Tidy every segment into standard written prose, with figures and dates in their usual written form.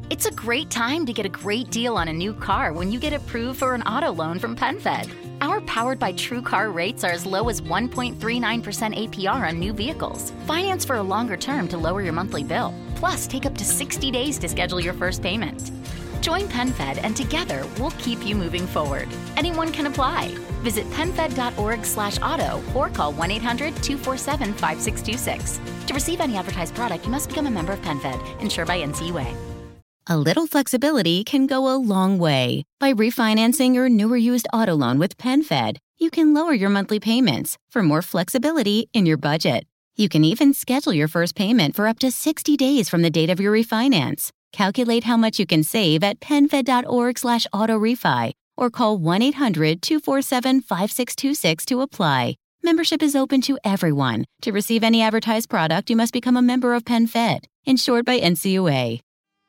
It's a great time to get a great deal on a new car when you get approved for an auto loan from PenFed. Our Powered by True Car rates are as low as 1.39% APR on new vehicles. Finance for a longer term to lower your monthly bill. Plus, take up to 60 days to schedule your first payment. Join PenFed and together we'll keep you moving forward. Anyone can apply. Visit PenFed.org/auto or call 1-800-247-5626. To receive any advertised product, you must become a member of PenFed, insured by NCUA. A little flexibility can go a long way. By refinancing your newer used auto loan with PenFed, you can lower your monthly payments for more flexibility in your budget. You can even schedule your first payment for up to 60 days from the date of your refinance. Calculate how much you can save at PenFed.org/auto-refi or call 1-800-247-5626 to apply. Membership is open to everyone. To receive any advertised product, you must become a member of PenFed, insured by NCUA.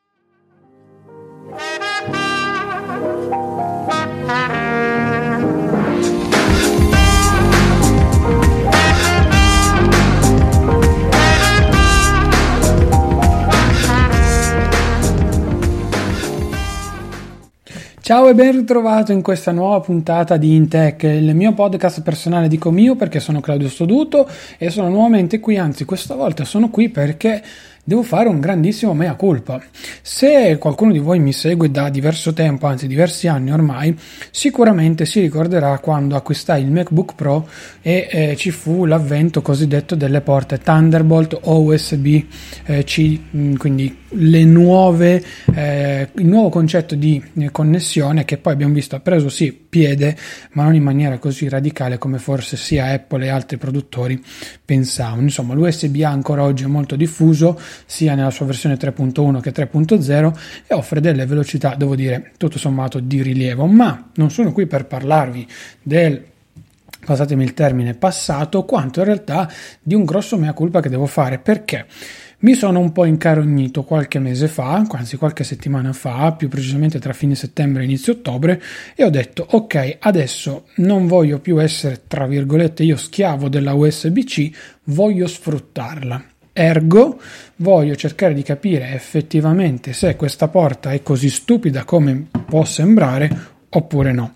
Ciao e ben ritrovato in questa nuova puntata di Intech, il mio podcast personale, dico mio perché sono Claudio Stoduto e sono nuovamente qui, anzi questa volta sono qui perché devo fare un grandissimo mea culpa. Se qualcuno di voi mi segue da diverso tempo, anzi diversi anni ormai, sicuramente si ricorderà quando acquistai il MacBook Pro e ci fu l'avvento cosiddetto delle porte Thunderbolt o USB-C, quindi le nuove, il nuovo concetto di connessione che poi abbiamo visto ha preso sì piede, ma non in maniera così radicale come forse sia Apple e altri produttori pensavano. Insomma, l'USB ancora oggi è molto diffuso sia nella sua versione 3.1 che 3.0 e offre delle velocità, devo dire, tutto sommato di rilievo, ma non sono qui per parlarvi del, passatemi il termine, passato, quanto in realtà di un grosso mea culpa che devo fare, perché mi sono un po' incarognito qualche mese fa, anzi qualche settimana fa, più precisamente tra fine settembre e inizio ottobre, e ho detto ok, adesso non voglio più essere, tra virgolette, io schiavo della USB-C, voglio sfruttarla. Ergo, voglio cercare di capire effettivamente se questa porta è così stupida come può sembrare oppure no.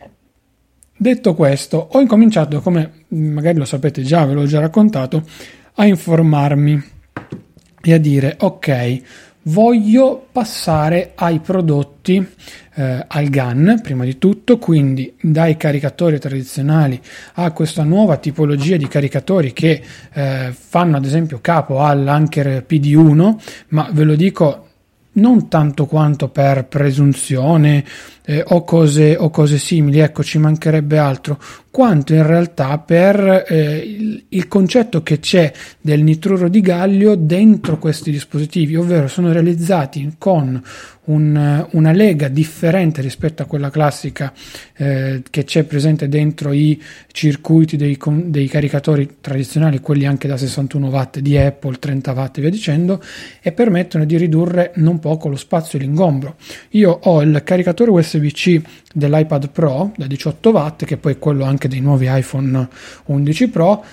Detto questo, ho incominciato, come magari lo sapete già, ve l'ho già raccontato, a informarmi e a dire ok, voglio passare ai prodotti al GaN prima di tutto, quindi dai caricatori tradizionali a questa nuova tipologia di caricatori che fanno ad esempio capo all'Anker PD1, ma ve lo dico non tanto quanto per presunzione o cose simili, ecco, ci mancherebbe altro, quanto in realtà per il concetto che c'è del nitruro di gallio dentro questi dispositivi, ovvero sono realizzati con una lega differente rispetto a quella classica che c'è presente dentro i circuiti dei caricatori tradizionali, quelli anche da 61 watt di Apple, 30 watt e via dicendo, e permettono di ridurre non poco lo spazio e l'ingombro. Io ho il caricatore USB-C dell'iPad Pro da 18 watt, che poi è quello anche dei nuovi iPhone 11 Pro,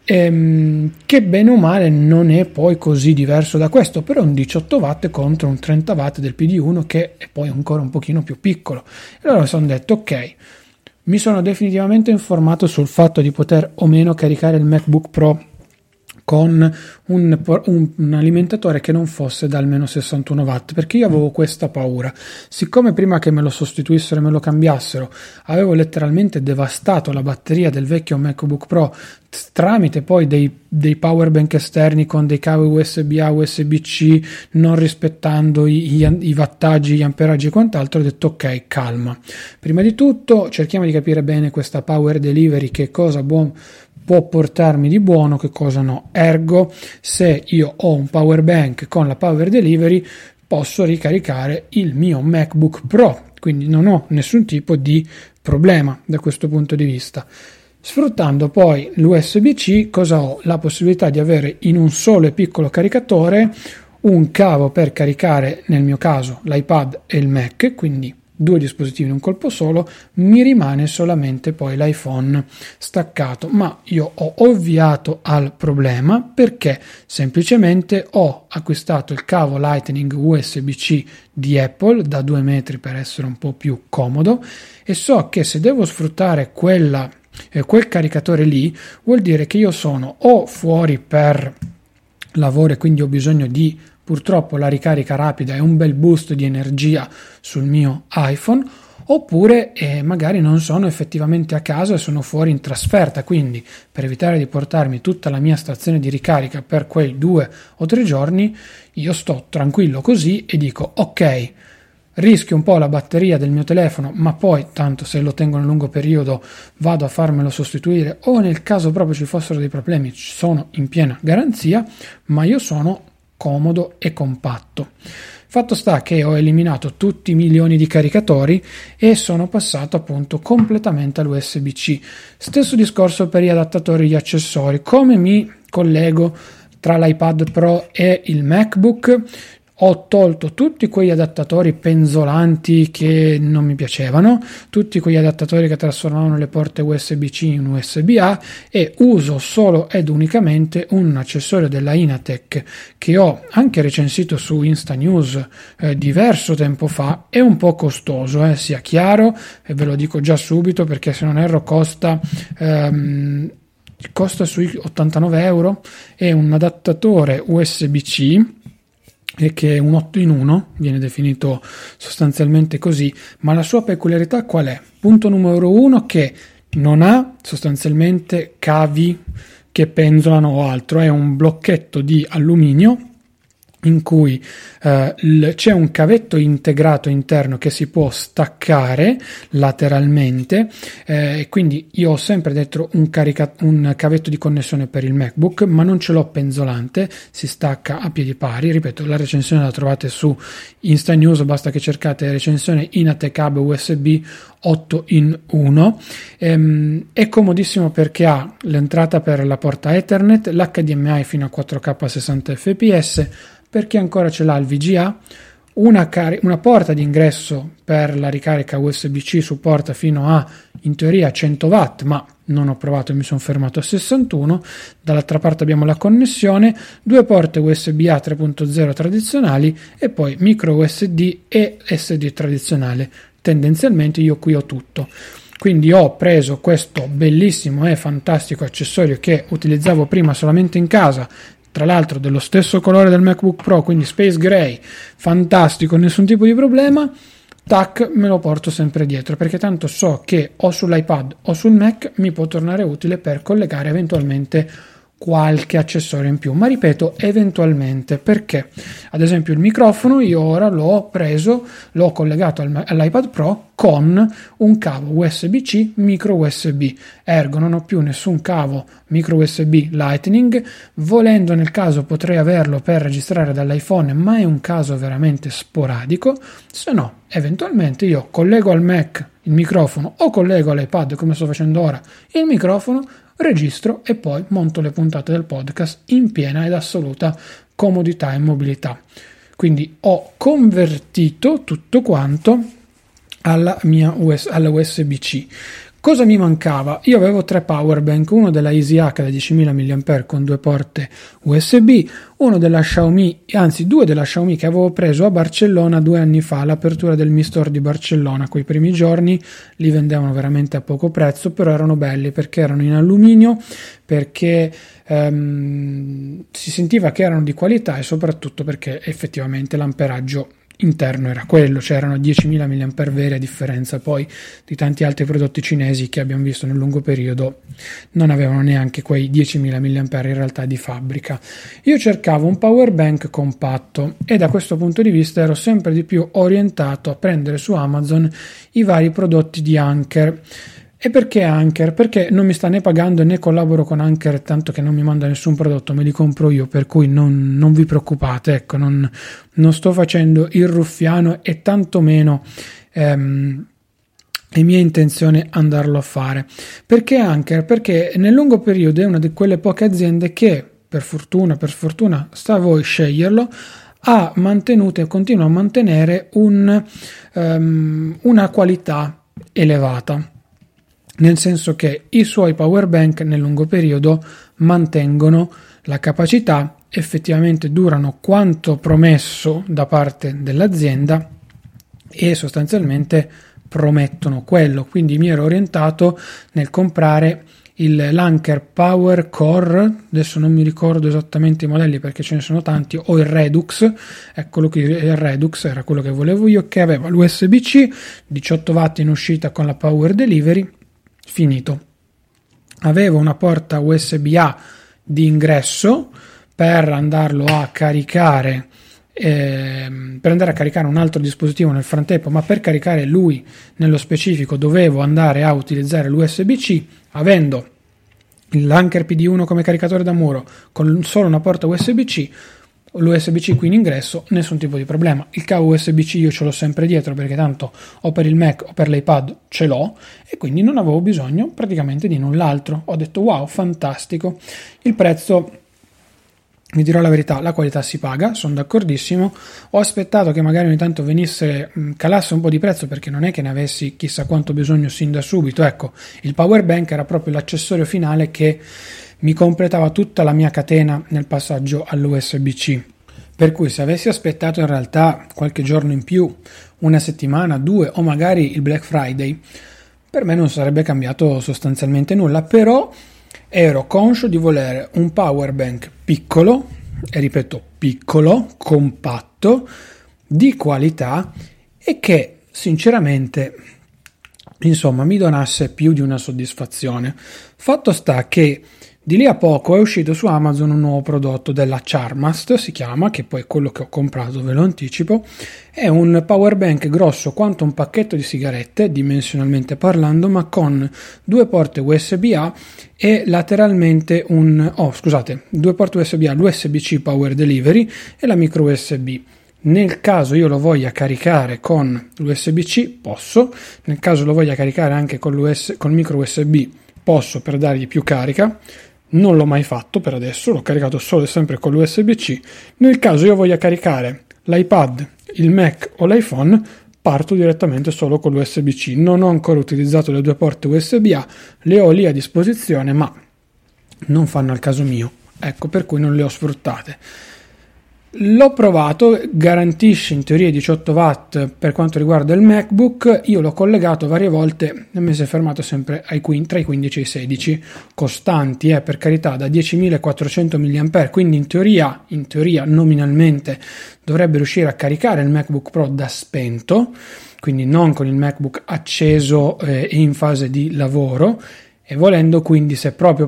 che bene o male non è poi così diverso da questo, però è un 18 watt contro un 30 watt del PD1 che è poi ancora un pochino più piccolo. E allora mi sono detto ok, mi sono definitivamente informato sul fatto di poter o meno caricare il MacBook Pro con un alimentatore che non fosse da almeno 61 watt, perché io avevo questa paura. Siccome prima che me lo sostituissero e me lo cambiassero avevo letteralmente devastato la batteria del vecchio MacBook Pro tramite poi dei power bank esterni con dei cavi USB-A, USB-C, non rispettando i wattaggi, gli amperaggi e quant'altro, ho detto ok, calma, prima di tutto cerchiamo di capire bene questa power delivery, che cosa può portarmi di buono, che cosa no. Ergo, se io ho un power bank con la power delivery posso ricaricare il mio MacBook Pro, quindi non ho nessun tipo di problema da questo punto di vista. Sfruttando poi l'USB-C, cosa ho? La possibilità di avere in un solo e piccolo caricatore un cavo per caricare, nel mio caso, l'iPad e il Mac, quindi 2 dispositivi in un colpo solo, mi rimane solamente poi l'iPhone staccato. Ma io ho ovviato al problema perché semplicemente ho acquistato il cavo Lightning USB-C di Apple da 2 metri per essere un po' più comodo, e so che se devo sfruttare quel caricatore lì vuol dire che io sono o fuori per lavoro e quindi ho bisogno di purtroppo la ricarica rapida e un bel boost di energia sul mio iPhone, oppure magari non sono effettivamente a casa e sono fuori in trasferta, quindi per evitare di portarmi tutta la mia stazione di ricarica per quei 2 o 3 giorni io sto tranquillo così e dico ok, rischio un po' la batteria del mio telefono, ma poi tanto se lo tengo nel lungo periodo vado a farmelo sostituire, o nel caso proprio ci fossero dei problemi sono in piena garanzia, ma io sono comodo e compatto. Fatto sta che ho eliminato tutti i milioni di caricatori e sono passato appunto completamente all'USB-C. Stesso discorso per gli adattatori e gli accessori. Come mi collego tra l'iPad Pro e il MacBook? Ho tolto tutti quegli adattatori penzolanti che non mi piacevano, tutti quegli adattatori che trasformavano le porte USB-C in USB-A, e uso solo ed unicamente un accessorio della Inatech che ho anche recensito su Insta News diverso tempo fa. È un po' costoso, sia chiaro, e ve lo dico già subito perché se non erro costa sui 89 euro. È un adattatore USB-C e che è un 8 in 1, viene definito sostanzialmente così, ma la sua peculiarità qual è? Punto numero 1, che non ha sostanzialmente cavi che penzolano o altro, è un blocchetto di alluminio in cui c'è un cavetto integrato interno che si può staccare lateralmente, e quindi io ho sempre dentro un cavetto di connessione per il MacBook, ma non ce l'ho penzolante, si stacca a piedi pari. Ripeto, la recensione la trovate su Insta News, basta che cercate recensione Inatech Hub USB 8 in 1. È comodissimo perché ha l'entrata per la porta Ethernet, l'HDMI fino a 4K 60 fps, per chi ancora ce l'ha il VGA, una porta di ingresso per la ricarica USB-C, supporta fino a in teoria 100 watt, ma non ho provato e mi sono fermato a 61. Dall'altra parte abbiamo la connessione, 2 porte USB-A 3.0 tradizionali e poi micro USB e SD tradizionale. Tendenzialmente io qui ho tutto. Quindi ho preso questo bellissimo e fantastico accessorio che utilizzavo prima solamente in casa, tra l'altro dello stesso colore del MacBook Pro, quindi Space Gray, fantastico, nessun tipo di problema. Tac, me lo porto sempre dietro perché tanto so che o sull'iPad o sul Mac mi può tornare utile per collegare eventualmente qualche accessorio in più, ma ripeto eventualmente, perché ad esempio il microfono io ora l'ho collegato all'iPad Pro con un cavo USB-C micro USB, ergo non ho più nessun cavo micro USB Lightning. Volendo nel caso potrei averlo per registrare dall'iPhone, ma è un caso veramente sporadico. Se no eventualmente io collego al Mac il microfono o collego all'iPad, come sto facendo ora, il microfono, registro e poi monto le puntate del podcast in piena ed assoluta comodità e mobilità. Quindi ho convertito tutto quanto alla USB-C. Cosa mi mancava? Io avevo 3 power bank, uno della EasyHack da 10.000 mAh con 2 porte USB, uno della Xiaomi, anzi 2 della Xiaomi che avevo preso a Barcellona 2 anni fa, all'apertura del Mi Store di Barcellona. Quei primi giorni li vendevano veramente a poco prezzo, però erano belli perché erano in alluminio, perché si sentiva che erano di qualità e soprattutto perché effettivamente l'amperaggio interno era quello, cioè erano 10.000 mAh, a differenza poi di tanti altri prodotti cinesi che abbiamo visto nel lungo periodo non avevano neanche quei 10.000 mAh in realtà di fabbrica. Io cercavo un power bank compatto e da questo punto di vista ero sempre di più orientato a prendere su Amazon i vari prodotti di Anker. E perché Anker? Perché non mi sta né pagando né collaboro con Anker, tanto che non mi manda nessun prodotto, me li compro io, per cui non vi preoccupate, ecco, non sto facendo il ruffiano e tantomeno è mia intenzione andarlo a fare. Perché Anker? Perché nel lungo periodo è una di quelle poche aziende che, per fortuna, sta a voi sceglierlo, ha mantenuto e continua a mantenere una qualità elevata, nel senso che i suoi power bank nel lungo periodo mantengono la capacità, effettivamente durano quanto promesso da parte dell'azienda e sostanzialmente promettono quello. Quindi mi ero orientato nel comprare l'Anker Power Core, adesso non mi ricordo esattamente i modelli perché ce ne sono tanti, o il Redux, eccolo qui, il Redux era quello che volevo io, che aveva l'USB-C, 18 watt in uscita con la Power Delivery, finito. Aveva una porta USB-A di ingresso per andarlo a caricare, per andare a caricare un altro dispositivo nel frontempo, ma per caricare lui nello specifico dovevo andare a utilizzare l'USB-C. Avendo l'Anker PD1 come caricatore da muro con solo una porta USB-C, l'USB-C qui in ingresso, nessun tipo di problema. Il cavo USB-C io ce l'ho sempre dietro perché tanto o per il Mac o per l'iPad ce l'ho, e quindi non avevo bisogno praticamente di null'altro. Ho detto wow, fantastico. Il prezzo, mi dirò la verità, la qualità si paga, sono d'accordissimo. Ho aspettato che magari ogni tanto calasse un po' di prezzo perché non è che ne avessi chissà quanto bisogno sin da subito. Ecco, il power bank era proprio l'accessorio finale che mi completava tutta la mia catena nel passaggio all'USB-C. Per cui se avessi aspettato in realtà qualche giorno in più, una settimana, 2 o magari il Black Friday, per me non sarebbe cambiato sostanzialmente nulla, però ero conscio di volere un power bank piccolo, e ripeto piccolo, compatto, di qualità e che sinceramente insomma mi donasse più di una soddisfazione. Fatto sta che di lì a poco è uscito su Amazon un nuovo prodotto della Charmast, si chiama, che poi è quello che ho comprato, ve lo anticipo. È un power bank grosso quanto un pacchetto di sigarette, dimensionalmente parlando, ma con 2 porte USB-A e lateralmente due porte USB-A, l'USB-C Power Delivery e la micro USB. Nel caso io lo voglia caricare con l'USB-C posso, nel caso lo voglia caricare anche con micro USB posso, per dargli più carica. Non l'ho mai fatto per adesso, l'ho caricato solo e sempre con l'USB-C. Nel caso io voglia caricare l'iPad, il Mac o l'iPhone, parto direttamente solo con l'USB-C. Non ho ancora utilizzato le 2 porte USB-A, le ho lì a disposizione, ma non fanno al caso mio, ecco, per cui non le ho sfruttate. L'ho provato, garantisce in teoria 18 watt per quanto riguarda il MacBook. Io l'ho collegato varie volte e mi si è fermato sempre tra i 15 e i 16 costanti, per carità, da 10.400 mAh, quindi in teoria nominalmente dovrebbe riuscire a caricare il MacBook Pro da spento, quindi non con il MacBook acceso e in fase di lavoro. E volendo, quindi, se proprio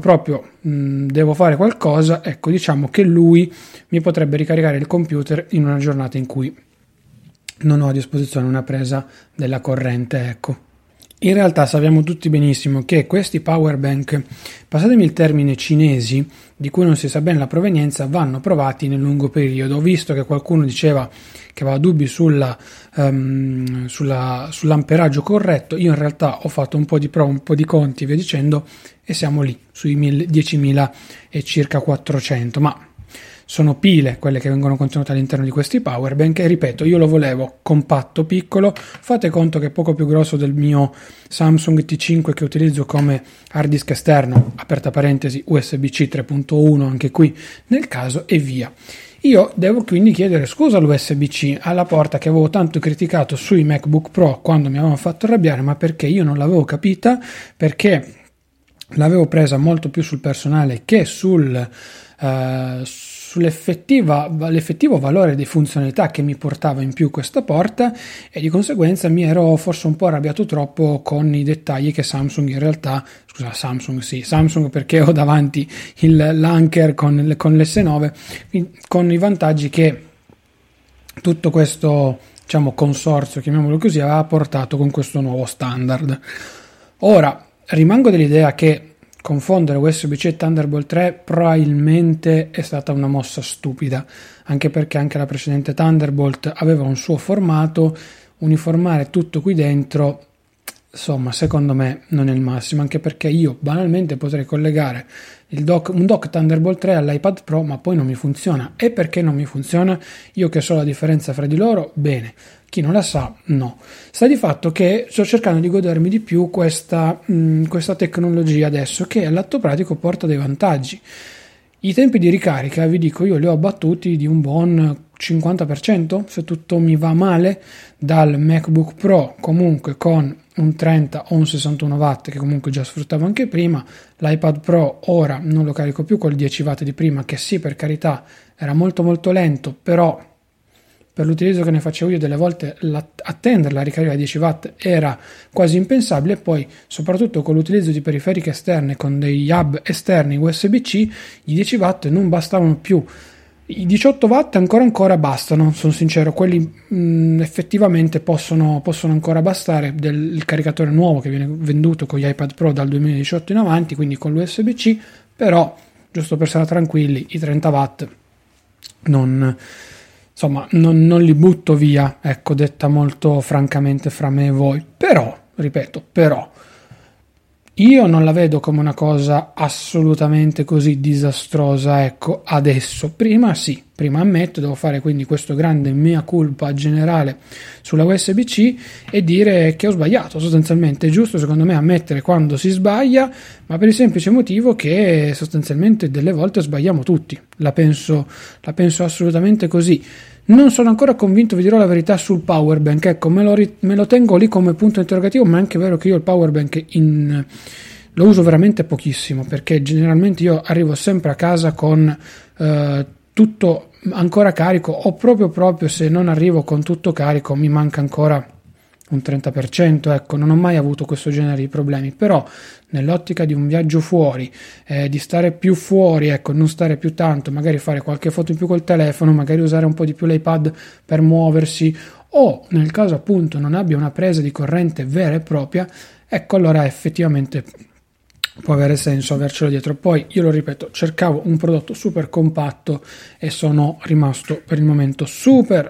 devo fare qualcosa, ecco, diciamo che lui mi potrebbe ricaricare il computer in una giornata in cui non ho a disposizione una presa della corrente, ecco. In realtà sappiamo tutti benissimo che questi power bank, passatemi il termine cinesi, di cui non si sa bene la provenienza, vanno provati nel lungo periodo. Ho visto che qualcuno diceva che aveva dubbi sull'amperaggio corretto. Io in realtà ho fatto un po' di prove, un po' di conti, via dicendo, e siamo lì sui 10.000 e circa 400, ma sono pile quelle che vengono contenute all'interno di questi power bank. E ripeto, io lo volevo compatto, piccolo. Fate conto che è poco più grosso del mio Samsung T5 che utilizzo come hard disk esterno, aperta parentesi, USB-C 3.1 anche qui nel caso, e via. Io devo quindi chiedere scusa all'USB-C, alla porta che avevo tanto criticato sui MacBook Pro quando mi avevano fatto arrabbiare, ma perché io non l'avevo capita, perché l'avevo presa molto più sul personale che sull'effettivo valore di funzionalità che mi portava in più questa porta, e di conseguenza mi ero forse un po' arrabbiato troppo con i dettagli che Samsung in realtà, Samsung perché ho davanti l'Anker con l'S9, con i vantaggi che tutto questo, diciamo, consorzio, chiamiamolo così, aveva portato con questo nuovo standard. Ora rimango dell'idea che confondere USB-C e Thunderbolt 3 probabilmente è stata una mossa stupida, anche perché anche la precedente Thunderbolt aveva un suo formato. Uniformare tutto qui dentro insomma, secondo me non è il massimo, anche perché io banalmente potrei collegare un dock Thunderbolt 3 all'iPad Pro, ma poi non mi funziona. E perché non mi funziona? Io che so la differenza fra di loro, bene. Chi non la sa, no. Sta di fatto che sto cercando di godermi di più questa tecnologia adesso, che all'atto pratico porta dei vantaggi. I tempi di ricarica, vi dico, io li ho abbattuti di un buon 50%, se tutto mi va male, dal MacBook Pro comunque con un 30 o un 61 watt che comunque già sfruttavo anche prima. L'iPad Pro ora non lo carico più col 10 watt di prima, che sì, per carità era molto molto lento, però per l'utilizzo che ne facevo io delle volte attendere la ricarica a 10 watt era quasi impensabile. Poi soprattutto con l'utilizzo di periferiche esterne con degli hub esterni USB-C, i 10 watt non bastavano più. I 18 watt ancora bastano, sono sincero, quelli effettivamente possono ancora bastare, del caricatore nuovo che viene venduto con gli iPad Pro dal 2018 in avanti, quindi con l'USB-C. Però giusto per stare tranquilli, i 30 watt non li butto via, ecco, detta molto francamente fra me e voi. Però, ripeto, io non la vedo come una cosa assolutamente così disastrosa, ecco, adesso. Prima ammetto, devo fare quindi questo grande mea culpa generale sulla USB-C e dire che ho sbagliato. Sostanzialmente è giusto, secondo me, ammettere quando si sbaglia, ma per il semplice motivo che sostanzialmente delle volte sbagliamo tutti. La penso assolutamente così. Non sono ancora convinto, vi dirò la verità, sul power bank. Ecco, me lo tengo lì come punto interrogativo, ma è anche vero che io il power bank lo uso veramente pochissimo, perché generalmente io arrivo sempre a casa con tutto ancora carico, o proprio se non arrivo con tutto carico mi manca ancora un 30%, ecco, non ho mai avuto questo genere di problemi. Però nell'ottica di un viaggio fuori, di stare più fuori, ecco, non stare più tanto, magari fare qualche foto in più col telefono, magari usare un po' di più l'iPad per muoversi, o nel caso appunto non abbia una presa di corrente vera e propria, ecco, allora effettivamente può avere senso avercelo dietro. Poi io lo ripeto, cercavo un prodotto super compatto e sono rimasto per il momento super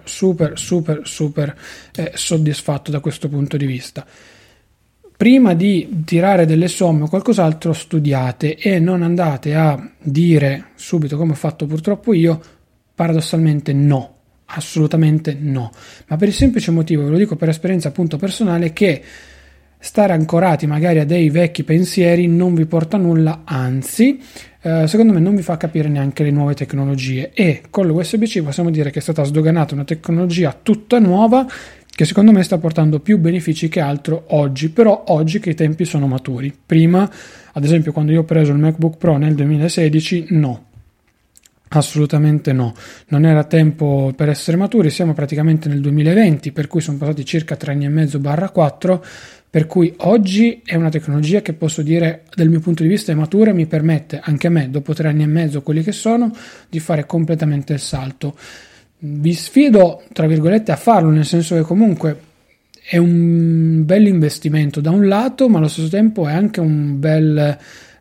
soddisfatto da questo punto di vista. Prima di tirare delle somme o qualcos'altro, studiate e non andate a dire subito, come ho fatto purtroppo io, paradossalmente no, assolutamente no, ma per il semplice motivo, ve lo dico per esperienza appunto personale, che stare ancorati magari a dei vecchi pensieri non vi porta a nulla, anzi secondo me non vi fa capire neanche le nuove tecnologie. E con l'USB-C possiamo dire che è stata sdoganata una tecnologia tutta nuova che secondo me sta portando più benefici che altro oggi, però oggi che i tempi sono maturi. Prima, ad esempio, quando io ho preso il MacBook Pro nel 2016, no, assolutamente no, non era tempo per essere maturi. Siamo praticamente nel 2020, per cui sono passati circa 3 anni e mezzo /4, per cui oggi è una tecnologia che posso dire dal mio punto di vista è matura e mi permette anche a me, dopo 3 anni e mezzo quelli che sono, di fare completamente il salto. Vi sfido tra virgolette a farlo, nel senso che comunque è un bel investimento da un lato, ma allo stesso tempo è anche un bel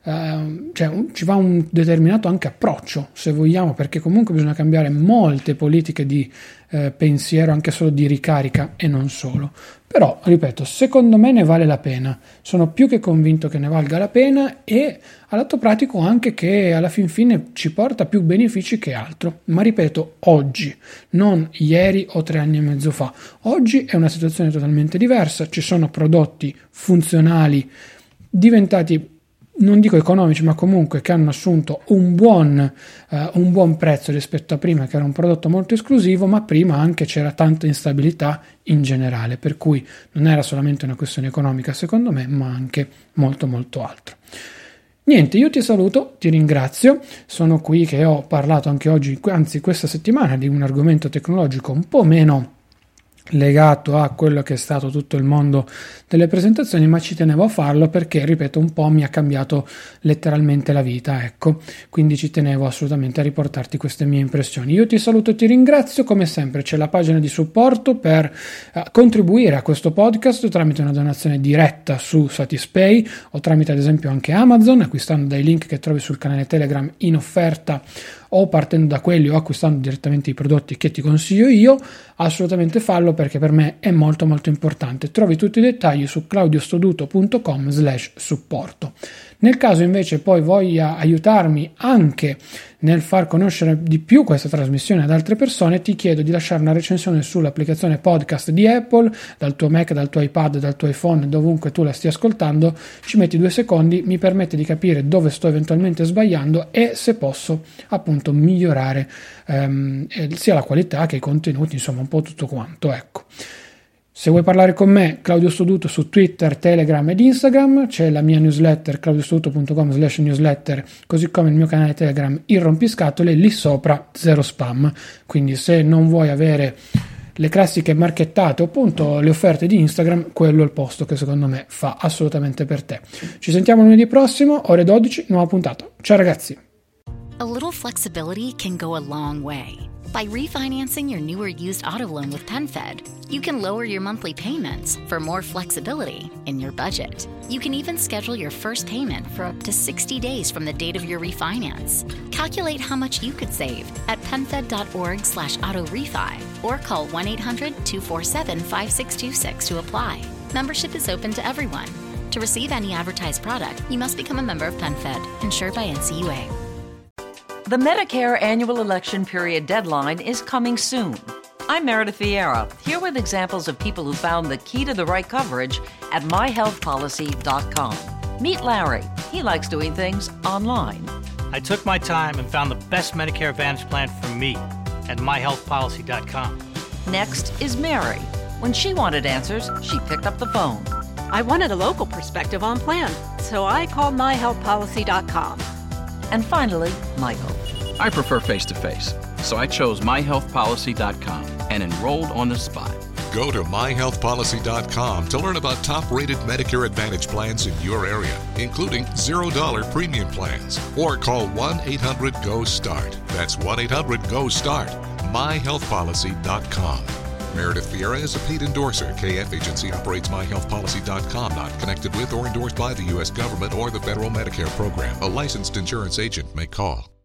ci va un determinato anche approccio, se vogliamo, perché comunque bisogna cambiare molte politiche di pensiero, anche solo di ricarica e non solo. Però, ripeto, secondo me ne vale la pena, sono più che convinto che ne valga la pena, e all'atto pratico anche che alla fin fine ci porta più benefici che altro. Ma ripeto, oggi, non ieri o 3 anni e mezzo fa. Oggi è una situazione totalmente diversa, ci sono prodotti funzionali diventati, non dico economici, ma comunque che hanno assunto un buon prezzo rispetto a prima, che era un prodotto molto esclusivo, ma prima anche c'era tanta instabilità in generale, per cui non era solamente una questione economica secondo me, ma anche molto molto altro. Niente, io ti saluto, ti ringrazio, sono qui che ho parlato anche oggi, anzi questa settimana, di un argomento tecnologico un po' meno legato a quello che è stato tutto il mondo delle presentazioni, ma ci tenevo a farlo perché, ripeto, un po' mi ha cambiato letteralmente la vita, ecco, quindi ci tenevo assolutamente a riportarti queste mie impressioni. Io ti saluto e ti ringrazio, come sempre c'è la pagina di supporto per contribuire a questo podcast tramite una donazione diretta su Satispay o tramite ad esempio anche Amazon, acquistando dai link che trovi sul canale Telegram in offerta o partendo da quelli o acquistando direttamente i prodotti che ti consiglio io, assolutamente fallo, perché per me è molto molto importante. Trovi tutti i dettagli su claudiostoduto.com/supporto. Nel caso invece poi voglia aiutarmi anche nel far conoscere di più questa trasmissione ad altre persone, ti chiedo di lasciare una recensione sull'applicazione podcast di Apple, dal tuo Mac, dal tuo iPad, dal tuo iPhone, dovunque tu la stia ascoltando. Ci metti 2 secondi, mi permette di capire dove sto eventualmente sbagliando e se posso appunto migliorare sia la qualità che i contenuti, insomma un po' tutto quanto, ecco. Se vuoi parlare con me, Claudio Stoduto su Twitter, Telegram ed Instagram, c'è la mia newsletter claudiostoduto.com/newsletter, così come il mio canale Telegram Il Rompiscatole, lì sopra 0 spam, quindi se non vuoi avere le classiche marchettate o appunto le offerte di Instagram, quello è il posto che secondo me fa assolutamente per te. Ci sentiamo lunedì prossimo, ore 12, nuova puntata. Ciao ragazzi! A little flexibility can go a long way. By refinancing your newer used auto loan with PenFed, you can lower your monthly payments for more flexibility in your budget. You can even schedule your first payment for up to 60 days from the date of your refinance. Calculate how much you could save at PenFed.org/auto-refi or call 1-800-247-5626 to apply. Membership is open to everyone. To receive any advertised product, you must become a member of PenFed, insured by NCUA. The Medicare annual election period deadline is coming soon. I'm Meredith Vieira, here with examples of people who found the key to the right coverage at myhealthpolicy.com. Meet Larry. He likes doing things online. I took my time and found the best Medicare Advantage plan for me at myhealthpolicy.com. Next is Mary. When she wanted answers, she picked up the phone. I wanted a local perspective on plan, so I called myhealthpolicy.com. And finally, Michael. I prefer face-to-face, so I chose myhealthpolicy.com and enrolled on the spot. Go to myhealthpolicy.com to learn about top-rated Medicare Advantage plans in your area, including $0 premium plans. Or call 1-800-GO-START. That's 1-800-GO-START. myhealthpolicy.com. Meredith Vieira is a paid endorser. KF Agency operates myhealthpolicy.com, not connected with or endorsed by the U.S. government or the federal Medicare program. A licensed insurance agent may call.